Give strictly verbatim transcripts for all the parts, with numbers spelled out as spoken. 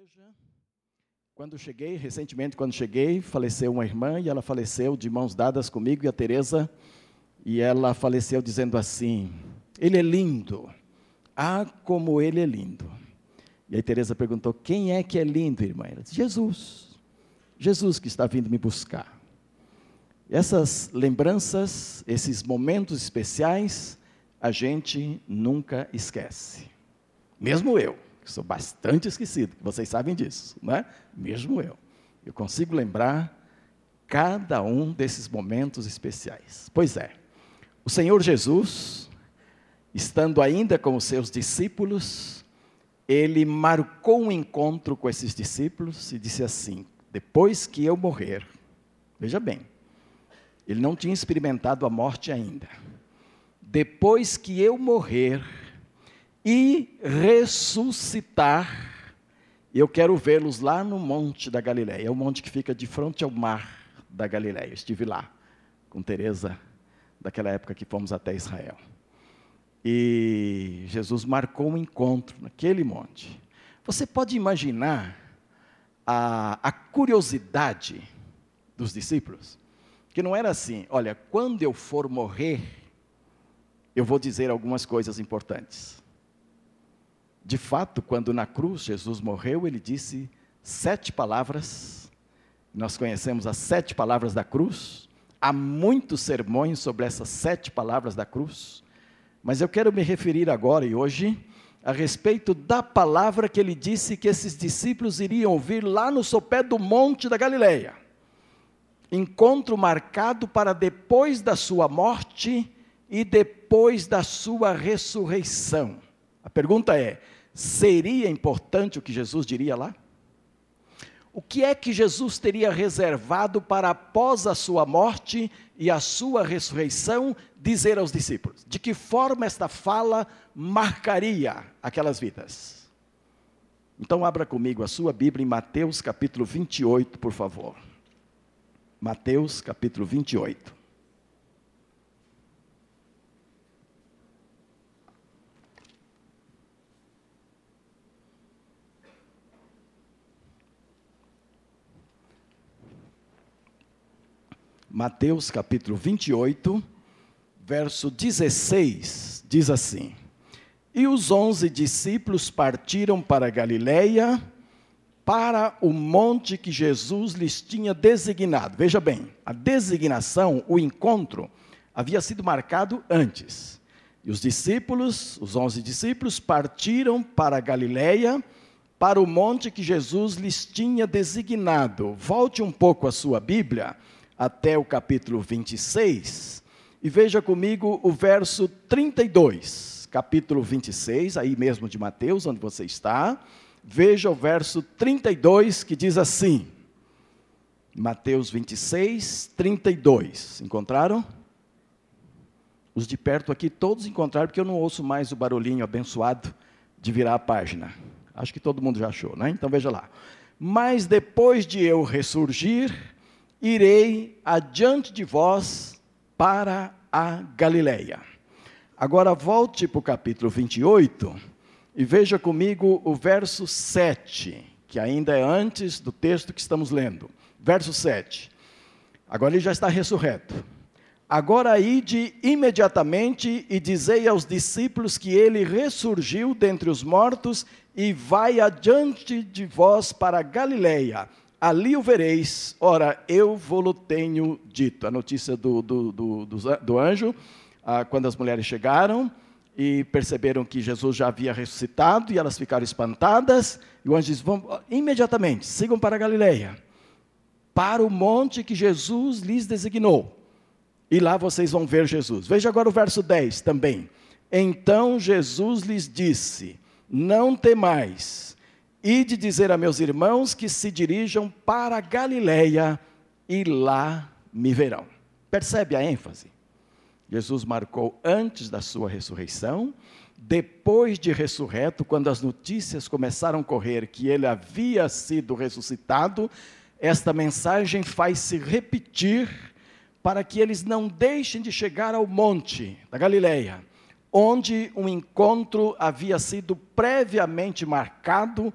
igreja. Quando cheguei, recentemente quando cheguei, faleceu uma irmã e ela faleceu de mãos dadas comigo e a Teresa, e ela faleceu dizendo assim: ele é lindo, ah, como ele é lindo. E aí Teresa perguntou: quem é que é lindo, irmã? Ela disse: Jesus, Jesus que está vindo me buscar. Essas lembranças, esses momentos especiais, a gente nunca esquece. Mesmo eu, que sou bastante esquecido, vocês sabem disso, não é? Mesmo eu. Eu consigo lembrar cada um desses momentos especiais. Pois é, o Senhor Jesus, estando ainda com os seus discípulos, ele marcou um encontro com esses discípulos e disse assim: depois que eu morrer, veja bem, ele não tinha experimentado a morte ainda. Depois que eu morrer e ressuscitar, eu quero vê-los lá no monte da Galileia. É o monte que fica de frente ao mar da Galileia. Estive lá com Teresa, daquela época que fomos até Israel. E Jesus marcou um encontro naquele monte. Você pode imaginar a, a curiosidade dos discípulos? Que não era assim: olha, quando eu for morrer, eu vou dizer algumas coisas importantes. De fato, quando na cruz Jesus morreu, ele disse sete palavras. Nós conhecemos as sete palavras da cruz. Há muitos sermões sobre essas sete palavras da cruz. Mas eu quero me referir agora e hoje a respeito da palavra que ele disse que esses discípulos iriam ouvir lá no sopé do monte da Galileia. Encontro marcado para depois da sua morte e depois da sua ressurreição. A pergunta é: seria importante o que Jesus diria lá? O que é que Jesus teria reservado para após a sua morte e a sua ressurreição dizer aos discípulos? De que forma esta fala marcaria aquelas vidas? Então abra comigo a sua Bíblia em Mateus capítulo vinte e oito, por favor. Mateus capítulo vinte e oito. Mateus capítulo vinte e oito, verso dezesseis, diz assim: e os onze discípulos partiram para a Galileia, para o monte que Jesus lhes tinha designado. Veja bem, a designação, o encontro, havia sido marcado antes. E os discípulos, os onze discípulos, partiram para a Galileia, para o monte que Jesus lhes tinha designado. Volte um pouco a sua Bíblia, até o capítulo vinte e seis, e veja comigo o verso trinta e dois. Capítulo vinte e seis, aí mesmo de Mateus, onde você está. Veja o verso trinta e dois, que diz assim, Mateus vinte e seis, trinta e dois, encontraram? Os de perto aqui todos encontraram, porque eu não ouço mais o barulhinho abençoado de virar a página. Acho que todo mundo já achou, né? Então veja lá. Mas depois de eu ressurgir, irei adiante de vós para a Galileia. Agora volte para o capítulo vinte e oito, e veja comigo o verso sete, que ainda é antes do texto que estamos lendo. Verso sete. Agora ele já está ressurreto. Agora ide imediatamente e dizei aos discípulos que ele ressurgiu dentre os mortos e vai adiante de vós para a Galileia. Ali o vereis, ora, eu vou-lo tenho dito. A notícia do, do, do, do, do anjo, ah, quando as mulheres chegaram e perceberam que Jesus já havia ressuscitado, e elas ficaram espantadas, e o anjo disse: vão, imediatamente, sigam para a Galileia, para o monte que Jesus lhes designou, e lá vocês vão ver Jesus. Veja agora o verso dez também. Então Jesus lhes disse: não temais, ide dizer a meus irmãos que se dirijam para a Galileia, e lá me verão. Percebe a ênfase? Jesus marcou antes da sua ressurreição, depois de ressurreto, quando as notícias começaram a correr que ele havia sido ressuscitado, esta mensagem faz se repetir para que eles não deixem de chegar ao monte da Galileia, onde um encontro havia sido previamente marcado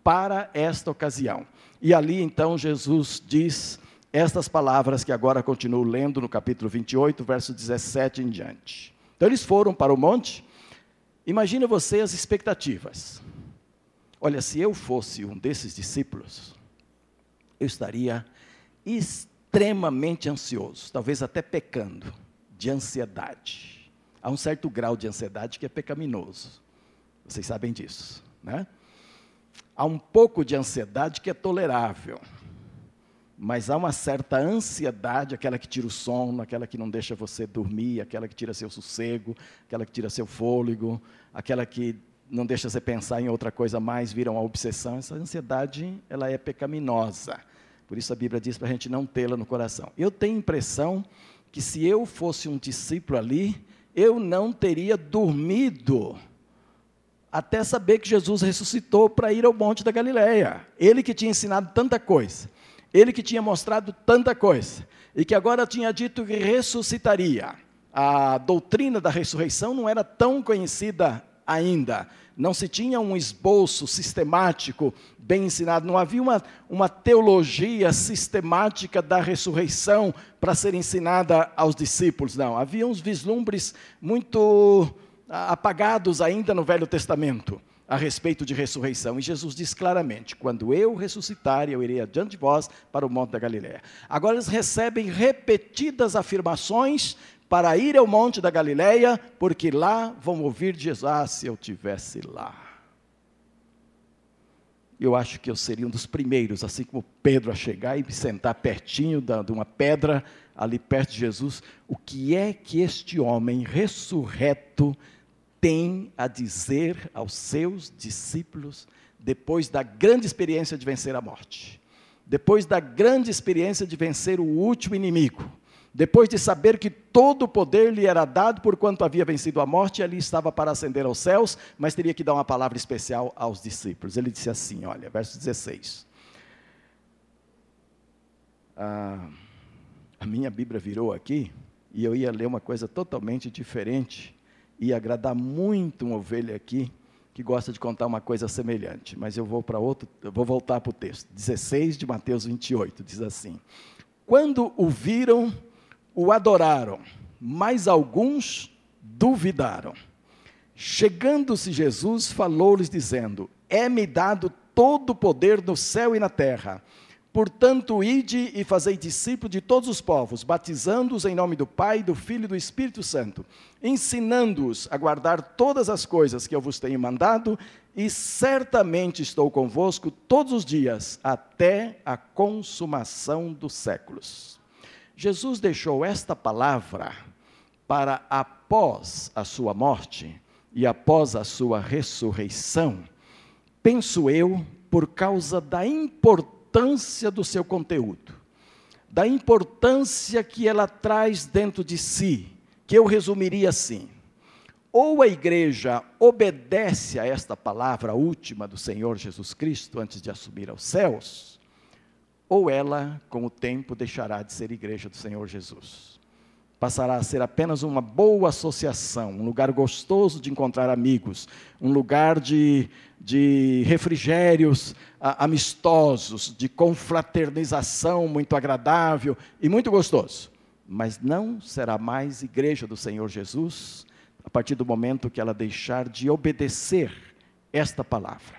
para esta ocasião. E ali então Jesus diz estas palavras que agora continuo lendo no capítulo vinte e oito, verso dezessete em diante. Então eles foram para o monte. Imagina você as expectativas. Olha, se eu fosse um desses discípulos, eu estaria extremamente ansioso, talvez até pecando, de ansiedade. Há um certo grau de ansiedade que é pecaminoso. Vocês sabem disso, né? Há um pouco de ansiedade que é tolerável. Mas há uma certa ansiedade, aquela que tira o sono, aquela que não deixa você dormir, aquela que tira seu sossego, aquela que tira seu fôlego, aquela que não deixa você pensar em outra coisa mais, vira uma obsessão. Essa ansiedade, ela é pecaminosa. Por isso a Bíblia diz para a gente não tê-la no coração. Eu tenho a impressão que se eu fosse um discípulo ali, eu não teria dormido até saber que Jesus ressuscitou para ir ao Monte da Galileia. Ele que tinha ensinado tanta coisa. Ele que tinha mostrado tanta coisa, e que agora tinha dito que ressuscitaria. A doutrina da ressurreição não era tão conhecida ainda, não se tinha um esboço sistemático, bem ensinado, não havia uma, uma teologia sistemática da ressurreição para ser ensinada aos discípulos, não. Havia uns vislumbres muito apagados ainda no Velho Testamento, a respeito de ressurreição, e Jesus diz claramente, quando eu ressuscitar, eu irei adiante de vós para o Monte da Galileia. Agora eles recebem repetidas afirmações para ir ao Monte da Galileia, porque lá vão ouvir de Jesus. Ah, se eu tivesse lá. Eu acho que eu seria um dos primeiros, assim como Pedro, a chegar e me sentar pertinho da, de uma pedra, ali perto de Jesus. O que é que este homem ressurreto tem a dizer aos seus discípulos, depois da grande experiência de vencer a morte, depois da grande experiência de vencer o último inimigo, depois de saber que todo o poder lhe era dado por quanto havia vencido a morte, e ali estava para ascender aos céus, mas teria que dar uma palavra especial aos discípulos. Ele disse assim, olha, verso dezesseis. Ah, a minha Bíblia virou aqui, e eu ia ler uma coisa totalmente diferente, ia agradar muito uma ovelha aqui, que gosta de contar uma coisa semelhante, mas eu vou para outro, eu vou voltar para o texto, dezesseis de Mateus vinte e oito, diz assim, quando o viram, o adoraram, mas alguns duvidaram. Chegando-se Jesus, falou-lhes dizendo, é-me dado todo o poder no céu e na terra, portanto, ide e fazei discípulos de todos os povos, batizando-os em nome do Pai, do Filho e do Espírito Santo, ensinando-os a guardar todas as coisas que eu vos tenho mandado, e certamente estou convosco todos os dias, até a consumação dos séculos. Jesus deixou esta palavra para após a sua morte e após a sua ressurreição, penso eu, por causa da importância importância do seu conteúdo, da importância que ela traz dentro de si, que eu resumiria assim, ou a igreja obedece a esta palavra última do Senhor Jesus Cristo, antes de assumir aos céus, ou ela, com o tempo, deixará de ser igreja do Senhor Jesus, passará a ser apenas uma boa associação, um lugar gostoso de encontrar amigos, um lugar de, de refrigérios a, amistosos, de confraternização muito agradável e muito gostoso, mas não será mais igreja do Senhor Jesus, a partir do momento que ela deixar de obedecer esta palavra,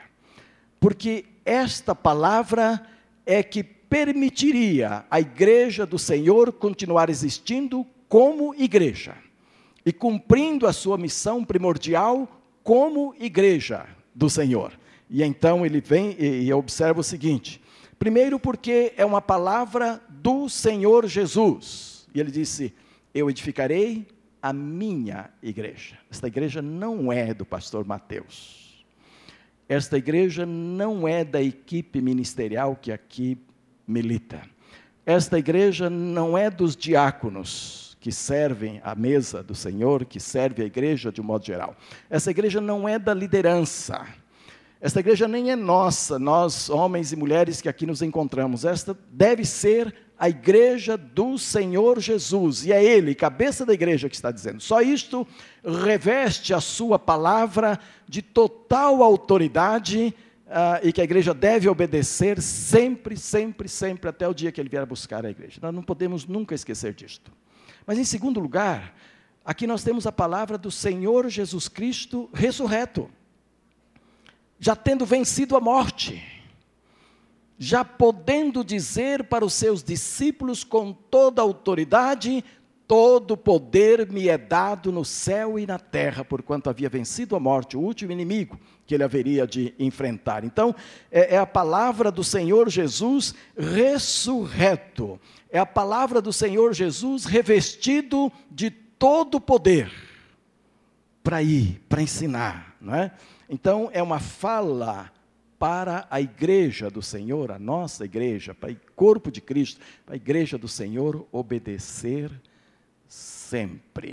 porque esta palavra é que permitiria a igreja do Senhor continuar existindo como igreja, e cumprindo a sua missão primordial como igreja do Senhor. E então ele vem e, e observa o seguinte, primeiro porque é uma palavra do Senhor Jesus, e ele disse, eu edificarei a minha igreja. Esta igreja não é do pastor Mateus, esta igreja não é da equipe ministerial que aqui milita, esta igreja não é dos diáconos, que servem à mesa do Senhor, que serve a igreja de um modo geral. Essa igreja não é da liderança. Esta igreja nem é nossa, nós, homens e mulheres que aqui nos encontramos. Esta deve ser a igreja do Senhor Jesus. E é Ele, cabeça da igreja, que está dizendo. Só isto reveste a sua palavra de total autoridade uh, e que a igreja deve obedecer sempre, sempre, sempre, até o dia que ele vier buscar a igreja. Nós não podemos nunca esquecer disto. Mas em segundo lugar, aqui nós temos a palavra do Senhor Jesus Cristo ressurreto, já tendo vencido a morte, já podendo dizer para os seus discípulos com toda a autoridade: todo poder me é dado no céu e na terra, porquanto havia vencido a morte, o último inimigo que ele haveria de enfrentar. Então, é, é a palavra do Senhor Jesus ressurreto, é a palavra do Senhor Jesus revestido de todo o poder, para ir, para ensinar, não é? Então, é uma fala para a igreja do Senhor, a nossa igreja, para o corpo de Cristo, para a igreja do Senhor obedecer sempre.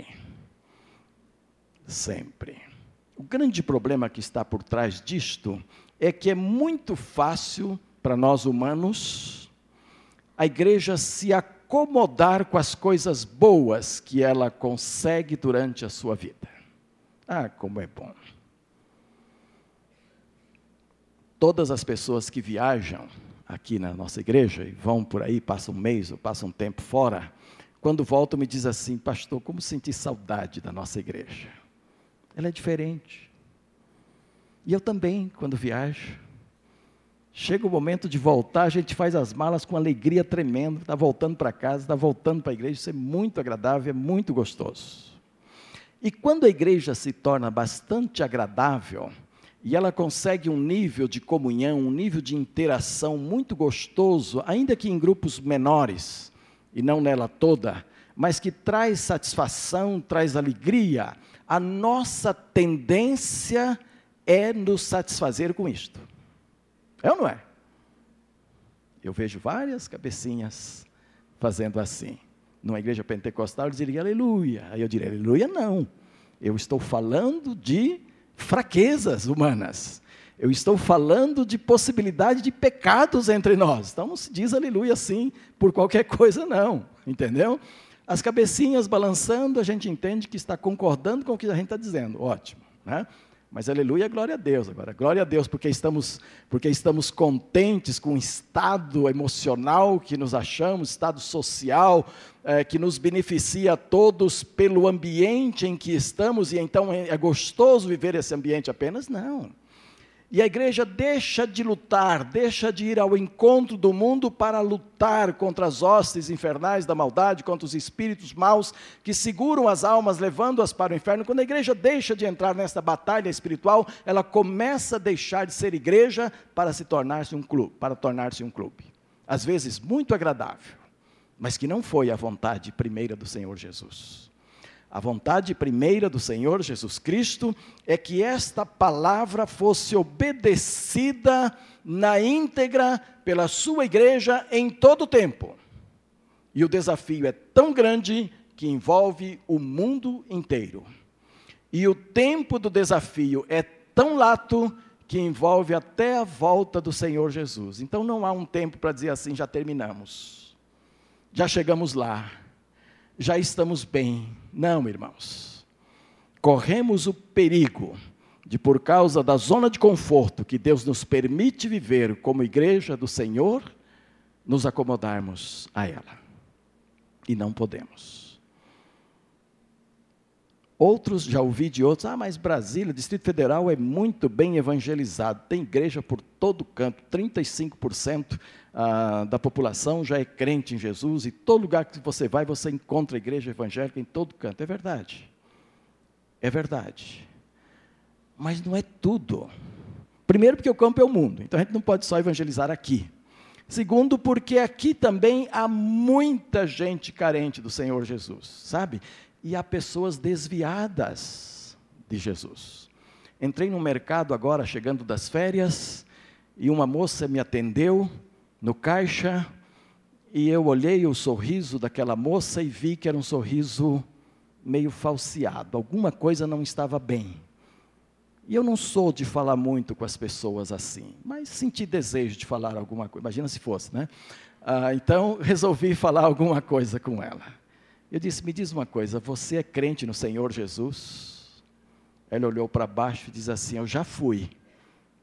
Sempre. O grande problema que está por trás disto é que é muito fácil para nós humanos a igreja se acomodar com as coisas boas que ela consegue durante a sua vida. Ah, como é bom. Todas as pessoas que viajam aqui na nossa igreja e vão por aí, passam um mês ou passam um tempo fora, quando voltam me dizem assim: pastor, como senti saudade da nossa igreja. Ela é diferente. E eu também, quando viajo, chega o momento de voltar, a gente faz as malas com alegria tremenda, está voltando para casa, está voltando para a igreja, isso é muito agradável, é muito gostoso. E quando a igreja se torna bastante agradável, e ela consegue um nível de comunhão, um nível de interação muito gostoso, ainda que em grupos menores, e não nela toda, mas que traz satisfação, traz alegria, a nossa tendência é nos satisfazer com isto. É ou não é? Eu vejo várias cabecinhas fazendo assim. Numa igreja pentecostal, eles diriam aleluia. Aí eu diria, aleluia não. Eu estou falando de fraquezas humanas. Eu estou falando de possibilidade de pecados entre nós. Então não se diz aleluia assim por qualquer coisa não, entendeu? As cabecinhas balançando, a gente entende que está concordando com o que a gente está dizendo, ótimo, né? Mas aleluia, glória a Deus. Agora, glória a Deus, porque estamos, porque estamos contentes com o estado emocional que nos achamos, estado social, é, que nos beneficia a todos pelo ambiente em que estamos, e então é, é gostoso viver esse ambiente apenas? Não. E a igreja deixa de lutar, deixa de ir ao encontro do mundo para lutar contra as hostes infernais da maldade, contra os espíritos maus que seguram as almas, levando-as para o inferno. Quando a igreja deixa de entrar nessa batalha espiritual, ela começa a deixar de ser igreja para se tornar-se um clube, para tornar-se um clube. Às vezes muito agradável, mas que não foi a vontade primeira do Senhor Jesus. A vontade primeira do Senhor Jesus Cristo é que esta palavra fosse obedecida na íntegra pela sua igreja em todo o tempo. E o desafio é tão grande que envolve o mundo inteiro. E o tempo do desafio é tão lato que envolve até a volta do Senhor Jesus. Então não há um tempo para dizer assim, já terminamos. Já chegamos lá. Já estamos bem. Não, irmãos. Corremos o perigo de, por causa da zona de conforto que Deus nos permite viver como igreja do Senhor, nos acomodarmos a ela. E não podemos. Outros, já ouvi de outros, ah, mas Brasília, Distrito Federal é muito bem evangelizado, tem igreja por todo canto, trinta e cinco por cento ah, da população já é crente em Jesus, e todo lugar que você vai, você encontra a igreja evangélica em todo canto. É verdade, é verdade, mas não é tudo. Primeiro porque o campo é o mundo, então a gente não pode só evangelizar aqui. Segundo, porque aqui também há muita gente carente do Senhor Jesus, sabe? E há pessoas desviadas de Jesus. Entrei no mercado agora, chegando das férias, e uma moça me atendeu no caixa, e eu olhei o sorriso daquela moça e vi que era um sorriso meio falseado, alguma coisa não estava bem. E eu não sou de falar muito com as pessoas assim, mas senti desejo de falar alguma coisa, imagina se fosse, né? Ah, então, resolvi falar alguma coisa com ela. Eu disse, me diz uma coisa, você é crente no Senhor Jesus? Ela olhou para baixo e diz assim, eu já fui,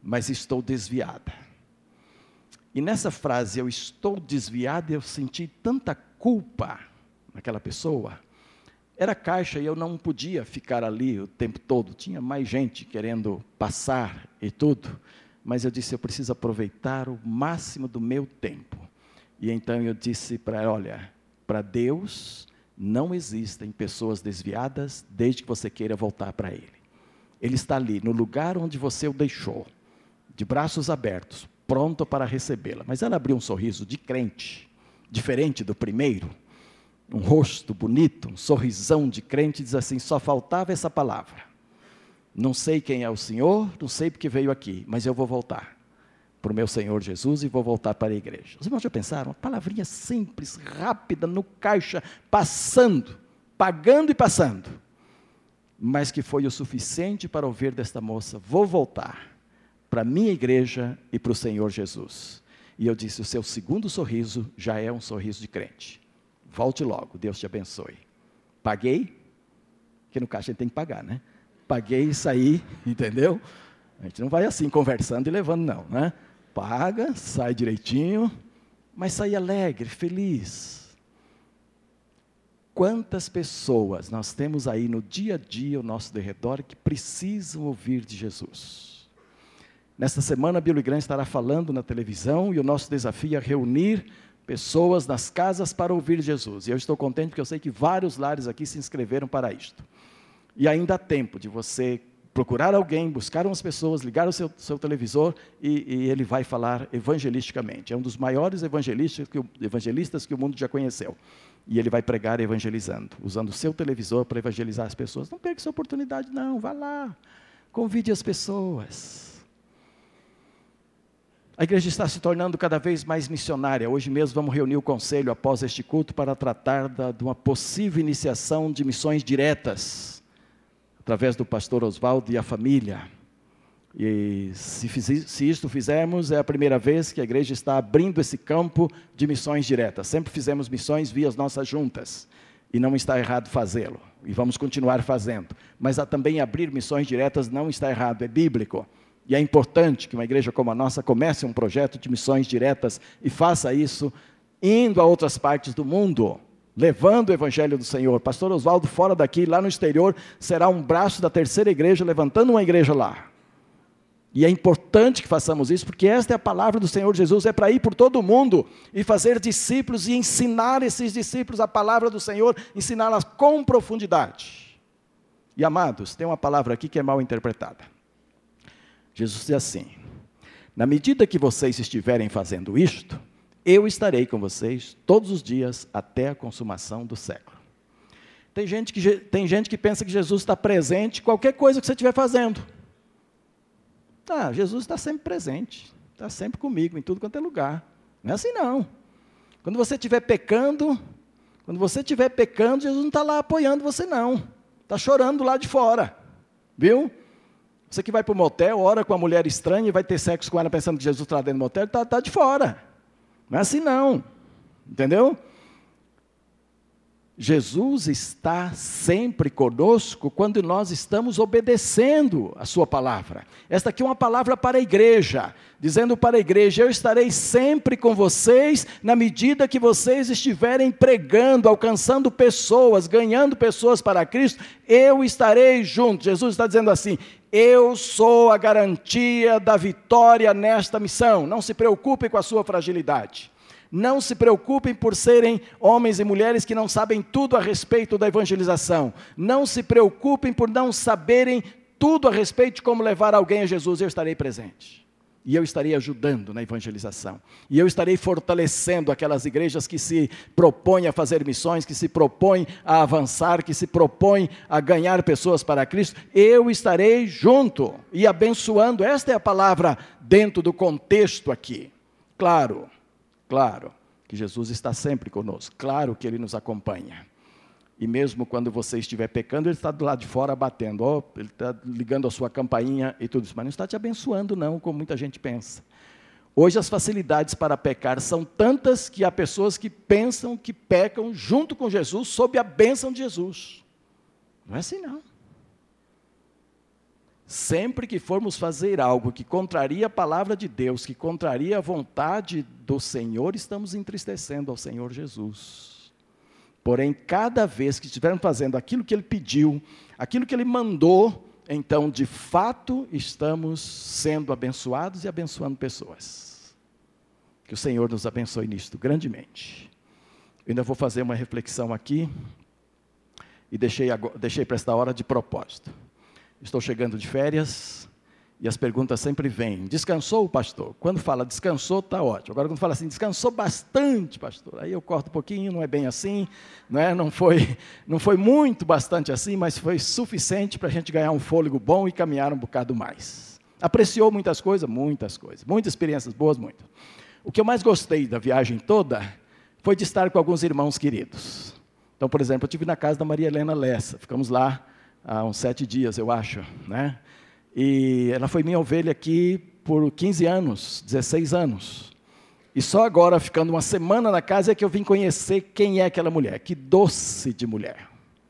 mas estou desviada. E nessa frase, eu estou desviada, eu senti tanta culpa naquela pessoa. Era caixa e eu não podia ficar ali o tempo todo, tinha mais gente querendo passar e tudo, mas eu disse, eu preciso aproveitar o máximo do meu tempo. E então eu disse para ela, olha, para Deus não existem pessoas desviadas desde que você queira voltar para Ele. Ele está ali, no lugar onde você o deixou, de braços abertos, pronto para recebê-la. Mas ela abriu um sorriso de crente, diferente do primeiro, um rosto bonito, um sorrisão de crente, diz assim, só faltava essa palavra. Não sei quem é o Senhor, não sei porque veio aqui, mas eu vou voltar para o meu Senhor Jesus e vou voltar para a igreja. Os irmãos já pensaram? Uma palavrinha simples, rápida, no caixa, passando, pagando e passando, mas que foi o suficiente para ouvir desta moça, vou voltar para a minha igreja e para o Senhor Jesus. E eu disse, o seu segundo sorriso já é um sorriso de crente. Volte logo, Deus te abençoe. Paguei, porque no caixa a gente tem que pagar, né? Paguei e saí, entendeu? A gente não vai assim conversando e levando não, né? Paga, sai direitinho, mas sai alegre, feliz. Quantas pessoas nós temos aí no dia a dia ao nosso derredor que precisam ouvir de Jesus? Nesta semana a Billy Graham estará falando na televisão e o nosso desafio é reunir pessoas nas casas para ouvir Jesus. E eu estou contente porque eu sei que vários lares aqui se inscreveram para isto. E ainda há tempo de você procurar alguém, buscar umas pessoas, ligar o seu, seu televisor e, e ele vai falar evangelisticamente. É um dos maiores evangelistas que, o, evangelistas que o mundo já conheceu. E ele vai pregar evangelizando, usando o seu televisor para evangelizar as pessoas. Não perca essa oportunidade não, vá lá, convide as pessoas. A igreja está se tornando cada vez mais missionária. Hoje mesmo vamos reunir o conselho após este culto para tratar da, de uma possível iniciação de missões diretas, através do pastor Oswaldo e a família. E se, fiz, se isto fizermos, é a primeira vez que a igreja está abrindo esse campo de missões diretas. Sempre fizemos missões via as nossas juntas, e não está errado fazê-lo, e vamos continuar fazendo. Mas há também abrir missões diretas não está errado, é bíblico. E é importante que uma igreja como a nossa comece um projeto de missões diretas e faça isso indo a outras partes do mundo, levando o evangelho do Senhor. Pastor Oswaldo, fora daqui, lá no exterior, será um braço da terceira igreja, levantando uma igreja lá. E é importante que façamos isso, porque esta é a palavra do Senhor Jesus, é para ir por todo o mundo e fazer discípulos e ensinar esses discípulos a palavra do Senhor, ensiná-las com profundidade. E amados, tem uma palavra aqui que é mal interpretada. Jesus diz assim, na medida que vocês estiverem fazendo isto, eu estarei com vocês todos os dias até a consumação do século. Tem gente que, tem gente que pensa que Jesus está presente em qualquer coisa que você estiver fazendo. Ah, Jesus está sempre presente, está sempre comigo, em tudo quanto é lugar. Não é assim não. Quando você estiver pecando, quando você estiver pecando, Jesus não está lá apoiando você não. Está chorando lá de fora, viu? Você que vai para o motel, ora com a mulher estranha e vai ter sexo com ela pensando que Jesus está dentro do motel, está tá de fora. Não é assim não, entendeu? Jesus está sempre conosco quando nós estamos obedecendo a sua palavra. Esta aqui é uma palavra para a igreja, dizendo para a igreja, eu estarei sempre com vocês, na medida que vocês estiverem pregando, alcançando pessoas, ganhando pessoas para Cristo, eu estarei junto. Jesus está dizendo assim, eu sou a garantia da vitória nesta missão, não se preocupe com a sua fragilidade. Não se preocupem por serem homens e mulheres que não sabem tudo a respeito da evangelização. Não se preocupem por não saberem tudo a respeito de como levar alguém a Jesus. Eu estarei presente. E eu estarei ajudando na evangelização. E eu estarei fortalecendo aquelas igrejas que se propõem a fazer missões, que se propõem a avançar, que se propõem a ganhar pessoas para Cristo. Eu estarei junto e abençoando. Esta é a palavra dentro do contexto aqui. Claro. Claro que Jesus está sempre conosco, claro que Ele nos acompanha. E mesmo quando você estiver pecando, Ele está do lado de fora batendo, oh, Ele está ligando a sua campainha e tudo isso, mas não está te abençoando não, como muita gente pensa. Hoje as facilidades para pecar são tantas que há pessoas que pensam que pecam junto com Jesus, sob a bênção de Jesus. Não é assim não. Sempre que formos fazer algo que contraria a palavra de Deus, que contraria a vontade do Senhor, estamos entristecendo ao Senhor Jesus. Porém, cada vez que estivermos fazendo aquilo que Ele pediu, aquilo que Ele mandou, então, de fato, estamos sendo abençoados e abençoando pessoas. Que o Senhor nos abençoe nisto grandemente. Eu ainda vou fazer uma reflexão aqui, e deixei, deixei para esta hora de propósito. Estou chegando de férias, e as perguntas sempre vêm. Descansou, pastor? Quando fala descansou, está ótimo. Agora, quando fala assim, descansou bastante, pastor, aí eu corto um pouquinho, não é bem assim, não, é? não, foi, não foi muito bastante assim, mas foi suficiente para a gente ganhar um fôlego bom e caminhar um bocado mais. Apreciou muitas coisas? Muitas coisas. Muitas experiências boas, muitas. O que eu mais gostei da viagem toda foi de estar com alguns irmãos queridos. Então, por exemplo, eu estive na casa da Maria Helena Lessa, ficamos lá há uns sete dias, eu acho, né? E ela foi minha ovelha aqui por quinze anos, dezesseis anos. E só agora, ficando uma semana na casa, é que eu vim conhecer quem é aquela mulher. Que doce de mulher.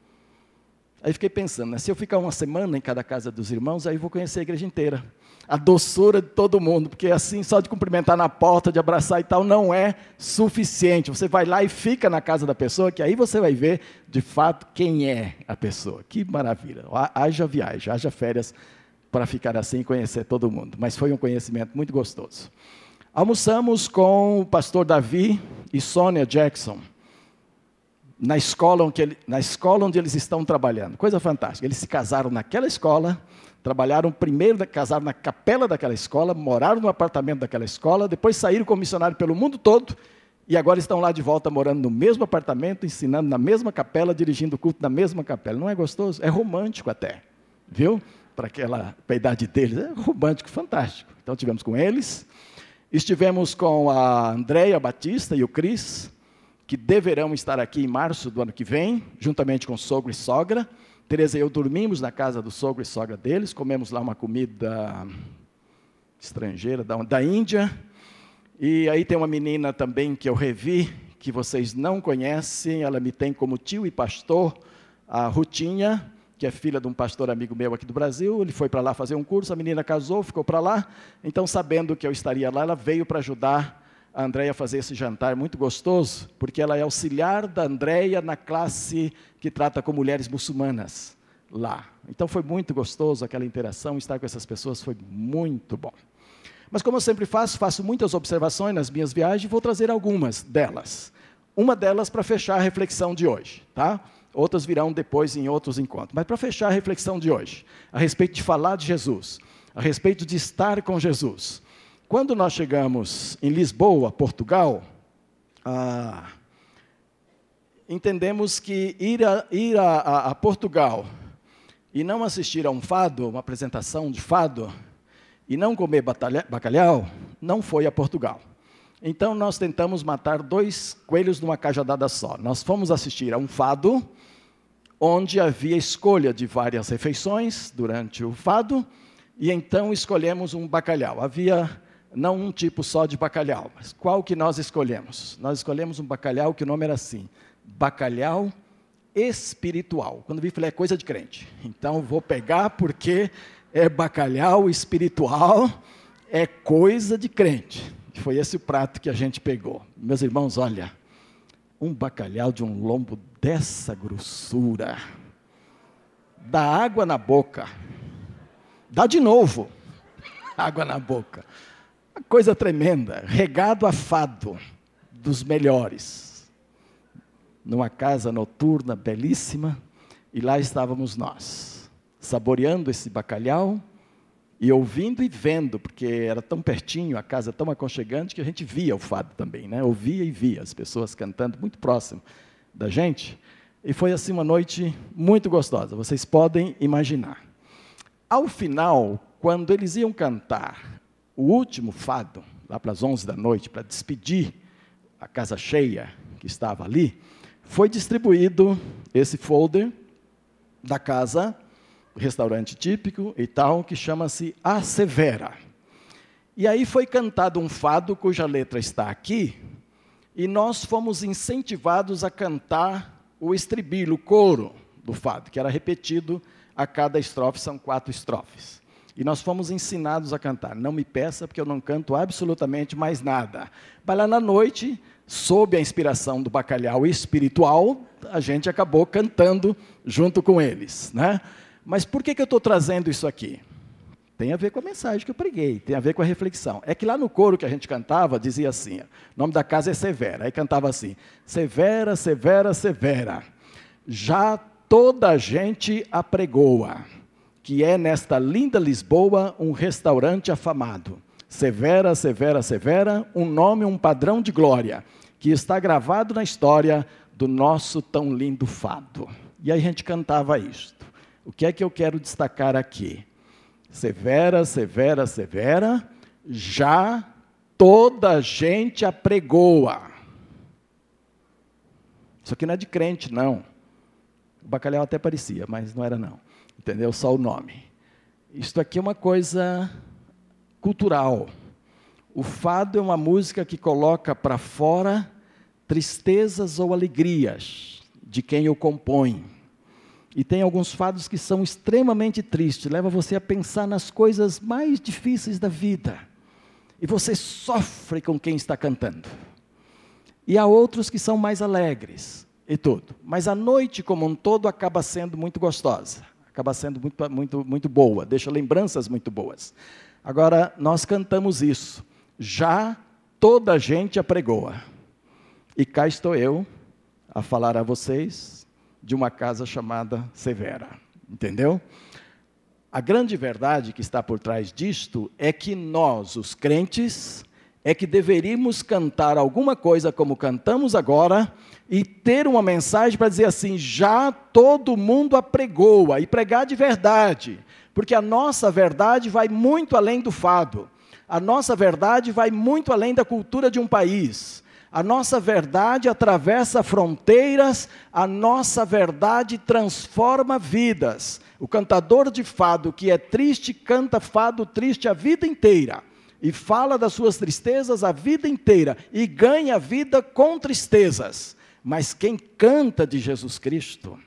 Aí fiquei pensando, né, se eu ficar uma semana em cada casa dos irmãos, aí eu vou conhecer a igreja inteira. A doçura de todo mundo, porque assim, só de cumprimentar na porta, de abraçar e tal, não é suficiente. Você vai lá e fica na casa da pessoa, que aí você vai ver, de fato, quem é a pessoa. Que maravilha. Haja viagem, haja férias, para ficar assim e conhecer todo mundo. Mas foi um conhecimento muito gostoso. Almoçamos com o pastor Davi e Sônia Jackson, na escola, onde ele, na escola onde eles estão trabalhando. Coisa fantástica. Eles se casaram naquela escola, trabalharam primeiro, casaram na capela daquela escola, moraram no apartamento daquela escola, depois saíram como missionário pelo mundo todo, e agora estão lá de volta, morando no mesmo apartamento, ensinando na mesma capela, dirigindo o culto na mesma capela. Não é gostoso? É romântico até, viu? Para aquela, para a idade deles, é romântico, fantástico. Então, tivemos com eles. Estivemos com a Andréia Batista e o Cris, que deverão estar aqui em março do ano que vem, juntamente com sogro e sogra. Tereza e eu dormimos na casa do sogro e sogra deles, comemos lá uma comida estrangeira, da, da Índia. E aí tem uma menina também que eu revi, que vocês não conhecem, ela me tem como tio e pastor, a Rutinha, que é filha de um pastor amigo meu aqui do Brasil. Ele foi para lá fazer um curso, a menina casou, ficou para lá. Então, sabendo que eu estaria lá, ela veio para ajudar a Andréia a fazer esse jantar muito gostoso, porque ela é auxiliar da Andréia na classe que trata com mulheres muçulmanas lá. Então, foi muito gostoso aquela interação, estar com essas pessoas foi muito bom. Mas, como eu sempre faço, faço muitas observações nas minhas viagens e vou trazer algumas delas. Uma delas para fechar a reflexão de hoje, tá? Outras virão depois em outros encontros. Mas para fechar a reflexão de hoje, a respeito de falar de Jesus, a respeito de estar com Jesus. Quando nós chegamos em Lisboa, Portugal, ah, entendemos que ir, a, ir a, a, a Portugal e não assistir a um fado, uma apresentação de fado, e não comer batalha, bacalhau, não foi a Portugal. Então, nós tentamos matar dois coelhos numa cajadada só. Nós fomos assistir a um fado, onde havia escolha de várias refeições durante o fado, e então escolhemos um bacalhau. Havia não um tipo só de bacalhau, mas qual que nós escolhemos? Nós escolhemos um bacalhau que o nome era assim, bacalhau espiritual. Quando vi, falei, é coisa de crente. Então, vou pegar porque é bacalhau espiritual, é coisa de crente. Foi esse o prato que a gente pegou. Meus irmãos, olha, um bacalhau de um lombo dessa grossura, dá água na boca, dá de novo, água na boca, uma coisa tremenda, regado a fado, dos melhores, numa casa noturna belíssima, e lá estávamos nós, saboreando esse bacalhau, e ouvindo e vendo, porque era tão pertinho, a casa tão aconchegante, que a gente via o fado também, né? Ouvia e via as pessoas cantando muito próximo da gente, e foi assim uma noite muito gostosa, vocês podem imaginar. Ao final, quando eles iam cantar o último fado, lá para as onze da noite, para despedir a casa cheia que estava ali, foi distribuído esse folder da casa, restaurante típico e tal, que chama-se A Severa. E aí foi cantado um fado cuja letra está aqui, e nós fomos incentivados a cantar o estribilho, o coro do fado, que era repetido a cada estrofe, são quatro estrofes. E nós fomos ensinados a cantar. Não me peça, porque eu não canto absolutamente mais nada. Mas lá na noite, sob a inspiração do bacalhau espiritual, a gente acabou cantando junto com eles, né? Mas por que que eu estou trazendo isso aqui? Tem a ver com a mensagem que eu preguei, tem a ver com a reflexão. É que lá no coro que a gente cantava, dizia assim, o nome da casa é Severa, aí cantava assim, Severa, Severa, Severa, já toda a gente apregoa, que é nesta linda Lisboa um restaurante afamado. Severa, Severa, Severa, um nome, um padrão de glória, que está gravado na história do nosso tão lindo fado. E aí a gente cantava isto. O que é que eu quero destacar aqui? Severa, Severa, Severa, já toda a gente apregoa. Isso aqui não é de crente, não. O bacalhau até parecia, mas não era não. Entendeu? Só o nome. Isto aqui é uma coisa cultural. O fado é uma música que coloca para fora tristezas ou alegrias de quem o compõe. E tem alguns fados que são extremamente tristes, leva você a pensar nas coisas mais difíceis da vida. E você sofre com quem está cantando. E há outros que são mais alegres e tudo. Mas a noite como um todo acaba sendo muito gostosa, acaba sendo muito, muito, muito boa, deixa lembranças muito boas. Agora, nós cantamos isso. Já toda a gente apregoa. E cá estou eu a falar a vocês de uma casa chamada Severa, entendeu? A grande verdade que está por trás disto é que nós, os crentes, é que deveríamos cantar alguma coisa como cantamos agora e ter uma mensagem para dizer assim, já todo mundo apregoa, e pregar de verdade, porque a nossa verdade vai muito além do fado, a nossa verdade vai muito além da cultura de um país. A nossa verdade atravessa fronteiras, a nossa verdade transforma vidas. O cantador de fado que é triste, canta fado triste a vida inteira. E fala das suas tristezas a vida inteira. E ganha vida com tristezas. Mas quem canta de Jesus Cristo,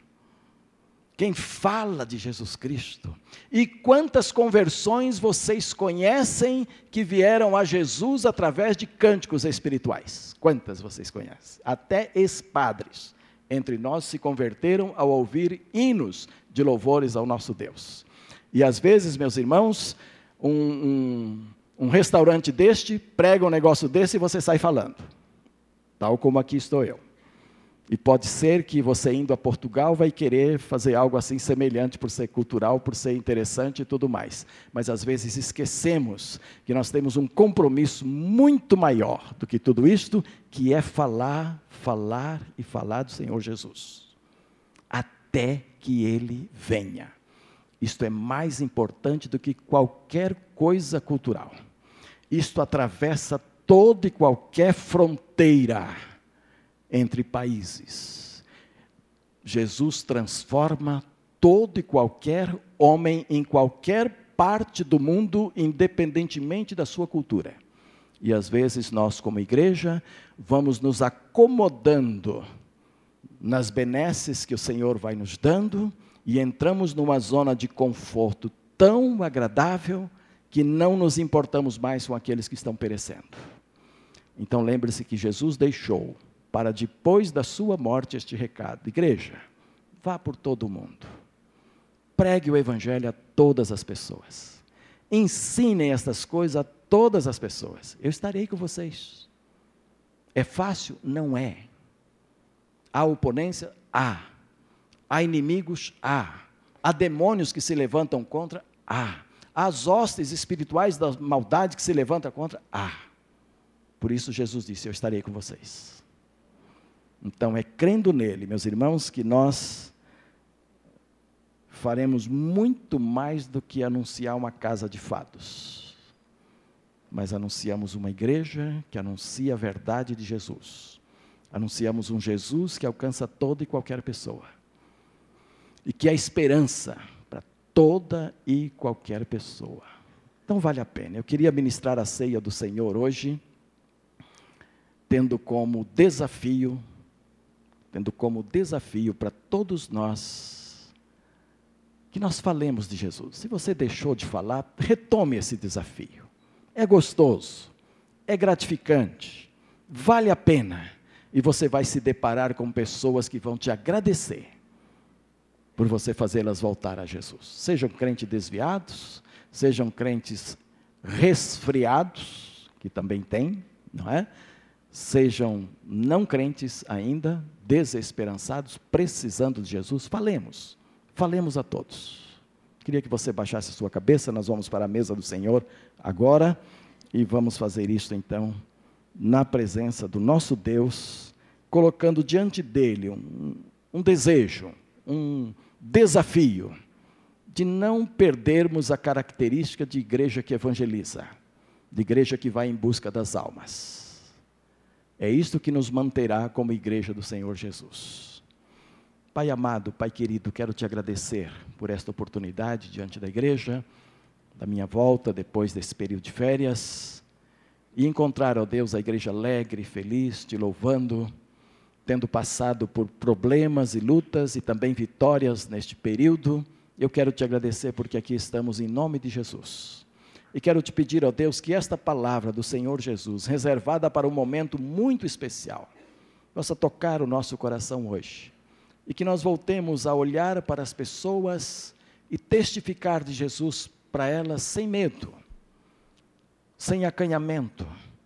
quem fala de Jesus Cristo, e quantas conversões vocês conhecem que vieram a Jesus através de cânticos espirituais? Quantas vocês conhecem? Até ex-padres entre nós se converteram ao ouvir hinos de louvores ao nosso Deus. E às vezes, meus irmãos, um, um, um restaurante deste prega um negócio desse e você sai falando, tal como aqui estou eu. E pode ser que você indo a Portugal vai querer fazer algo assim semelhante por ser cultural, por ser interessante e tudo mais. Mas às vezes esquecemos que nós temos um compromisso muito maior do que tudo isto, que é falar, falar e falar do Senhor Jesus. Até que Ele venha. Isto é mais importante do que qualquer coisa cultural. Isto atravessa toda e qualquer fronteira entre países. Jesus transforma todo e qualquer homem em qualquer parte do mundo, independentemente da sua cultura. E às vezes nós, como igreja, vamos nos acomodando nas benesses que o Senhor vai nos dando e entramos numa zona de conforto tão agradável que não nos importamos mais com aqueles que estão perecendo. Então lembre-se que Jesus deixou para depois da sua morte este recado. Igreja, vá por todo o mundo. Pregue o evangelho a todas as pessoas. Ensinem estas coisas a todas as pessoas. Eu estarei com vocês. É fácil? Não é. Há oponência? Há. Há inimigos? Há. Há demônios que se levantam contra? Há. Há as hostes espirituais da maldade que se levantam contra? Há. Por isso Jesus disse, eu estarei com vocês. Então, é crendo nele, meus irmãos, que nós faremos muito mais do que anunciar uma casa de fados. Mas anunciamos uma igreja que anuncia a verdade de Jesus. Anunciamos um Jesus que alcança toda e qualquer pessoa. E que é esperança para toda e qualquer pessoa. Então, vale a pena. Eu queria ministrar a ceia do Senhor hoje, tendo como desafio tendo como desafio para todos nós que nós falemos de Jesus. Se você deixou de falar, retome esse desafio. É gostoso, é gratificante, vale a pena, e você vai se deparar com pessoas que vão te agradecer por você fazê-las voltar a Jesus. Sejam crentes desviados, sejam crentes resfriados, que também tem, não é? Sejam não crentes ainda, desesperançados, precisando de Jesus, falemos, falemos a todos. Queria que você baixasse a sua cabeça, nós vamos para a mesa do Senhor agora, e vamos fazer isso então, na presença do nosso Deus, colocando diante dele um, um desejo, um desafio, de não perdermos a característica de igreja que evangeliza, de igreja que vai em busca das almas. É isto que nos manterá como igreja do Senhor Jesus. Pai amado, Pai querido, quero te agradecer por esta oportunidade diante da igreja, da minha volta depois desse período de férias, e encontrar, ó Deus, a igreja alegre, feliz, te louvando, tendo passado por problemas e lutas e também vitórias neste período. Eu quero te agradecer porque aqui estamos em nome de Jesus. E quero te pedir, ó Deus, que esta palavra do Senhor Jesus, reservada para um momento muito especial, possa tocar o nosso coração hoje. E que nós voltemos a olhar para as pessoas e testificar de Jesus para elas sem medo, sem acanhamento,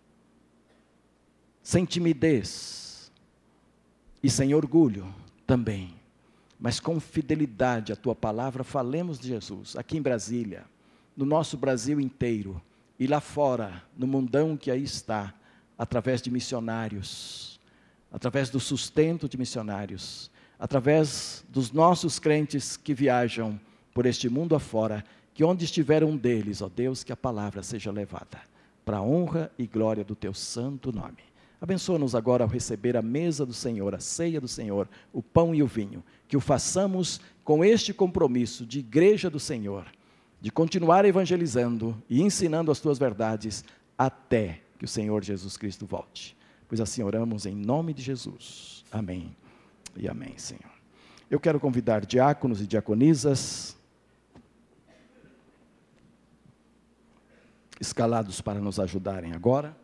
sem timidez e sem orgulho também, mas com fidelidade à tua palavra, falemos de Jesus, aqui em Brasília, no nosso Brasil inteiro, e lá fora, no mundão que aí está, através de missionários, através do sustento de missionários, através dos nossos crentes que viajam por este mundo afora, que onde estiver um deles, ó Deus, que a palavra seja levada, para a honra e glória do teu santo nome. Abençoa-nos agora ao receber a mesa do Senhor, a ceia do Senhor, o pão e o vinho, que o façamos com este compromisso de igreja do Senhor, de continuar evangelizando e ensinando as tuas verdades até que o Senhor Jesus Cristo volte. Pois assim oramos em nome de Jesus. Amém e amém, Senhor. Eu quero convidar diáconos e diaconisas, escalados para nos ajudarem agora,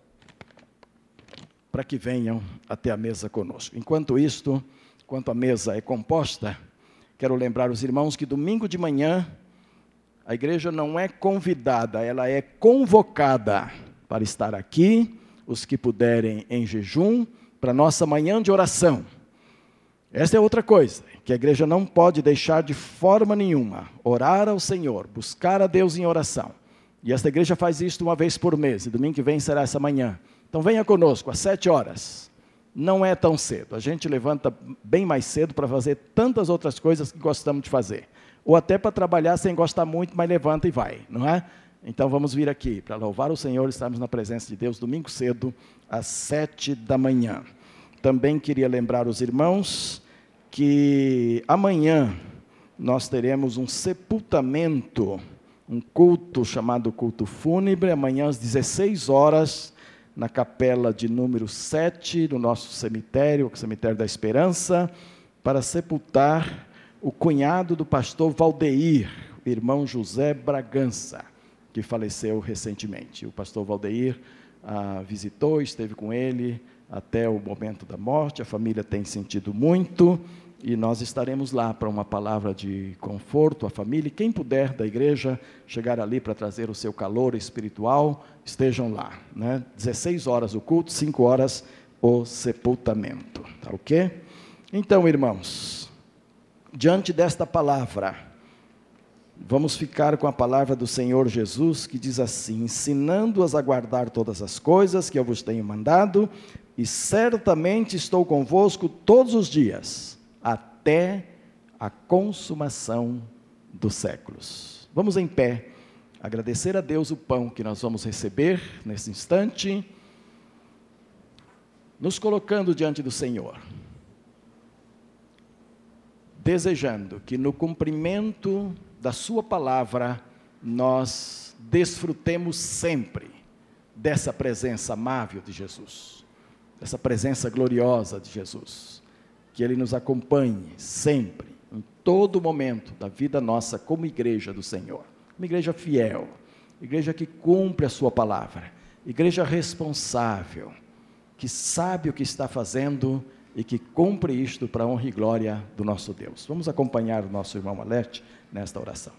para que venham até a mesa conosco. Enquanto isto, enquanto a mesa é composta, quero lembrar os irmãos que domingo de manhã, a igreja não é convidada, ela é convocada para estar aqui, os que puderem em jejum, para a nossa manhã de oração. Esta é outra coisa, que a igreja não pode deixar de forma nenhuma, orar ao Senhor, buscar a Deus em oração. E esta igreja faz isso uma vez por mês, e domingo que vem será essa manhã. Então venha conosco, às sete horas. Não é tão cedo, a gente levanta bem mais cedo para fazer tantas outras coisas que gostamos de fazer. Ou até para trabalhar sem gostar muito, mas levanta e vai, não é? Então vamos vir aqui para louvar o Senhor, estarmos na presença de Deus domingo cedo, às sete da manhã. Também queria lembrar os irmãos que amanhã nós teremos um sepultamento, um culto chamado culto fúnebre, amanhã às dezesseis horas, na capela de número sete, do nosso cemitério, o cemitério da Esperança, para sepultar o cunhado do pastor Valdeir, o irmão José Bragança, que faleceu recentemente. O pastor Valdeir ah, visitou, esteve com ele até o momento da morte, a família tem sentido muito, e nós estaremos lá para uma palavra de conforto à família, e quem puder da igreja chegar ali para trazer o seu calor espiritual, estejam lá, né? dezesseis horas o culto, cinco horas o sepultamento, tá ok? Então, irmãos, diante desta palavra, vamos ficar com a palavra do Senhor Jesus, que diz assim: ensinando-as a guardar todas as coisas que eu vos tenho mandado, e certamente estou convosco todos os dias, até a consumação dos séculos. Vamos em pé, agradecer a Deus o pão que nós vamos receber nesse instante, nos colocando diante do Senhor, desejando que no cumprimento da sua palavra, nós desfrutemos sempre dessa presença amável de Jesus, dessa presença gloriosa de Jesus, que Ele nos acompanhe sempre, em todo momento da vida nossa como igreja do Senhor. Uma igreja fiel, igreja que cumpre a sua palavra, igreja responsável, que sabe o que está fazendo e que cumpre isto para a honra e glória do nosso Deus. Vamos acompanhar o nosso irmão Alete nesta oração.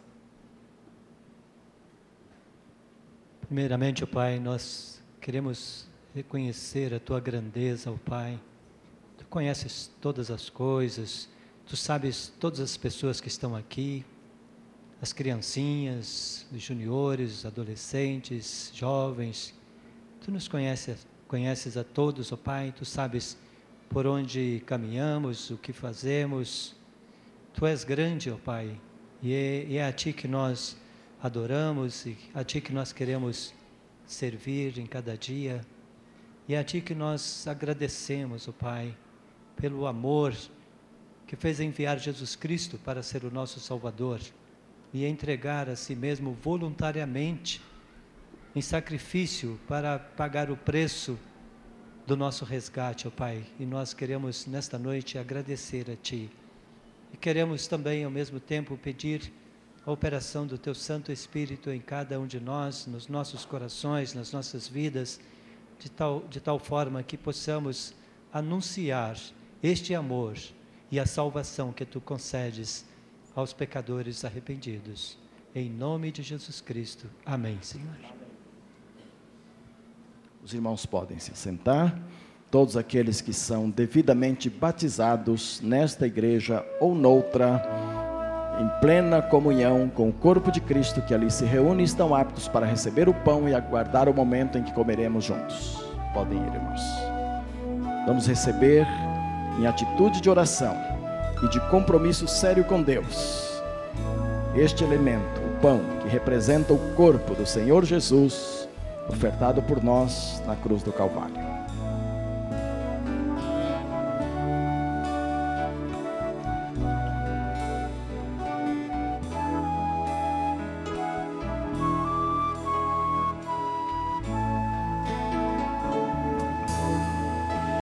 Primeiramente, ó Pai, nós queremos reconhecer a Tua grandeza, ó Pai. Tu conheces todas as coisas, Tu sabes todas as pessoas que estão aqui, as criancinhas, os juniores, adolescentes, jovens. Tu nos conheces, conheces a todos, ó Pai. Tu sabes por onde caminhamos, o que fazemos. Tu és grande, ó Pai, e é, e é a Ti que nós adoramos, e a Ti que nós queremos servir em cada dia, e é a Ti que nós agradecemos, ó Pai, pelo amor que fez enviar Jesus Cristo para ser o nosso Salvador, e entregar a si mesmo voluntariamente, em sacrifício, para pagar o preço do nosso resgate, ó Pai. E nós queremos nesta noite agradecer a Ti, e queremos também ao mesmo tempo pedir a operação do Teu Santo Espírito em cada um de nós, nos nossos corações, nas nossas vidas, de tal, de tal forma que possamos anunciar este amor e a salvação que Tu concedes aos pecadores arrependidos. Em nome de Jesus Cristo. Amém, Senhor. Os irmãos podem se sentar. Todos aqueles que são devidamente batizados nesta igreja ou noutra, em plena comunhão com o corpo de Cristo que ali se reúne, estão aptos para receber o pão e aguardar o momento em que comeremos juntos. Podem ir, irmãos. Vamos receber em atitude de oração e de compromisso sério com Deus este elemento, o pão, que representa o corpo do Senhor Jesus, ofertado por nós na cruz do Calvário.